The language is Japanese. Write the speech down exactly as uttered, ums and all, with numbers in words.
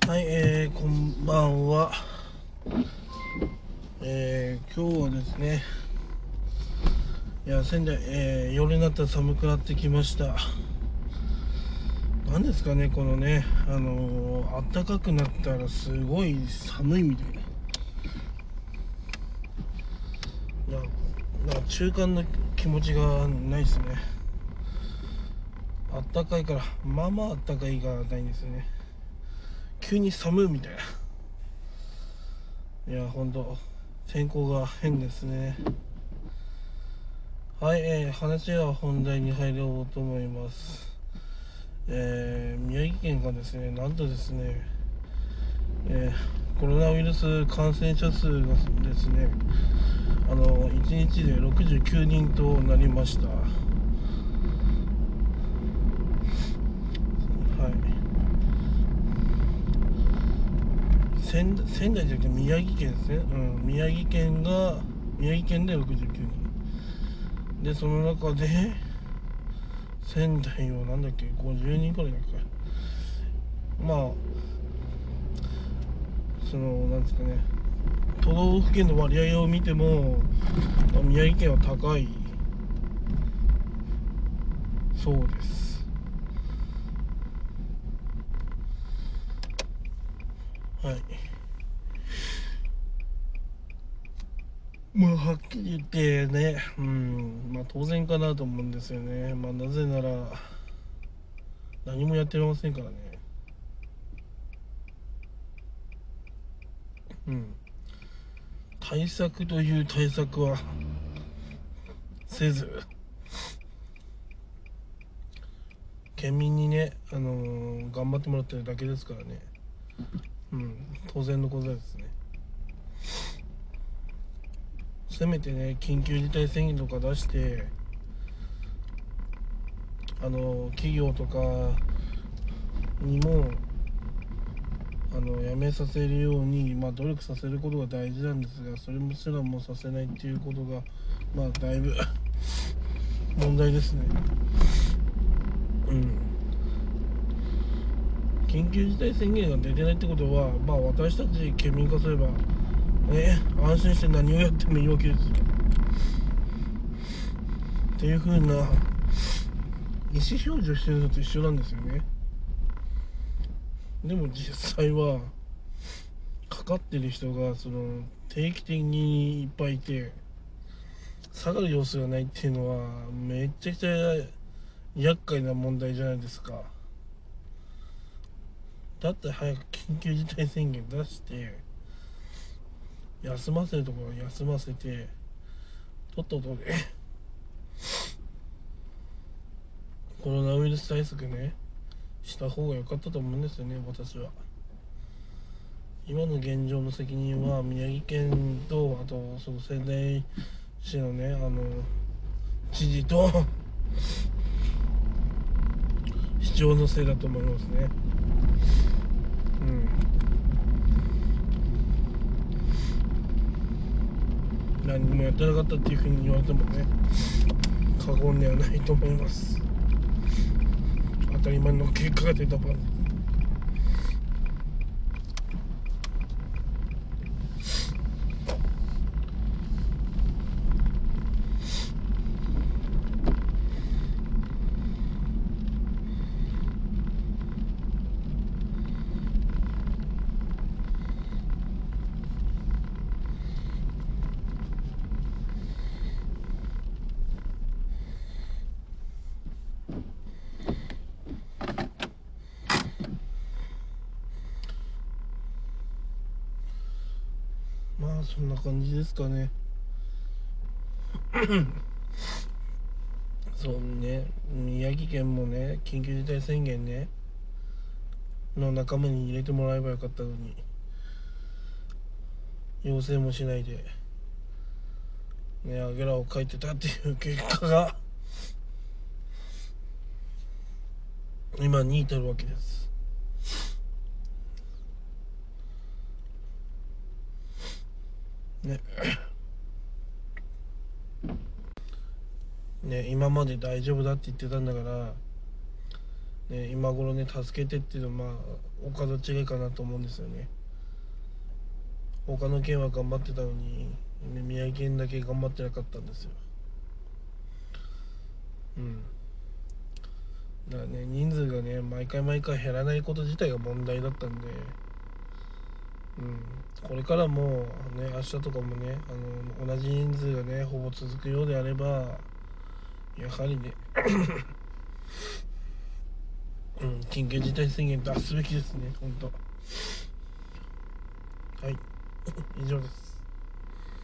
はい、えー、こんばんは。えー、今日はですね、いや仙台、えー、夜になったら寒くなってきました。なんですかね、このね、あのー、暖かくなったらすごい寒いみたいな。ななんか中間の気持ちがないですね。暖かいから、まあまあ暖かいがないんですよね。急に寒いみたいな。いや、ほんと、天候が変ですね。はい、えー、話は本題に入ろうと思います。えー、宮城県がですね、なんとですね、えーコロナウイルス感染者数がですね、あのいちにちでろくじゅうきゅうにんとなりました。はい。仙仙台じゃなくて宮城県ですね、うん、宮城県が宮城県でろくじゅうきゅうにんで、その中で仙台はなんだっけ、ごじゅうにんくらいだっけ。まあそのなんですかね、都道府県の割合を見ても宮城県は高いそうです。はい。まあはっきり言ってね、うん、まあ当然かなと思うんですよね。まあなぜなら何もやってませんからね。うん。対策という対策はせず、県民にね、あのー頑張ってもらってるだけですからね。うん、当然のことですね。せめてね、緊急事態宣言とか出して、あのー企業とかにもあの辞めさせるように、まあ、努力させることが大事なんですが、それもすらもさせないっていうことが、まあ、だいぶ問題ですね。うん。緊急事態宣言が出てないってことは、まあ、私たち県民化すれば、ね、安心して何をやってもいいわけですよ。っていう風な意思表示をしてるのと一緒なんですよね。でも実際はかかってる人がその定期的にいっぱいいて下がる様子がないっていうのはめっちゃくちゃ厄介な問題じゃないですか。だって早く緊急事態宣言出して休ませるところは休ませて、とっととね、コロナウイルス対策ねした方が良かったと思うんですよね、私は。今の現状の責任は宮城県と、あとその仙台市のね、あの知事と市長のせいだと思いますね。うん。何もやってなかったっていうふうに言われてもね、過言ではないと思います。当たり前の結果が出た場合、まあそんな感じですかね。そうね、宮城県もね、緊急事態宣言ねの仲間に入れてもらえばよかったのに、要請もしないでね、あげらを書いてたっていう結果が今に至るわけですね。ね、今まで大丈夫だって言ってたんだから、 ね、今頃ね助けてっていうのはまあお門違いかなと思うんですよね。他の県は頑張ってたのに、ね、宮城県だけ頑張ってなかったんですよ。うんだからね、人数がね毎回毎回減らないこと自体が問題だったんで、うん、これからもね明日とかもねあの同じ人数がねほぼ続くようであればやはりねうん、緊急事態宣言出すべきですね、本当。はい、以上です。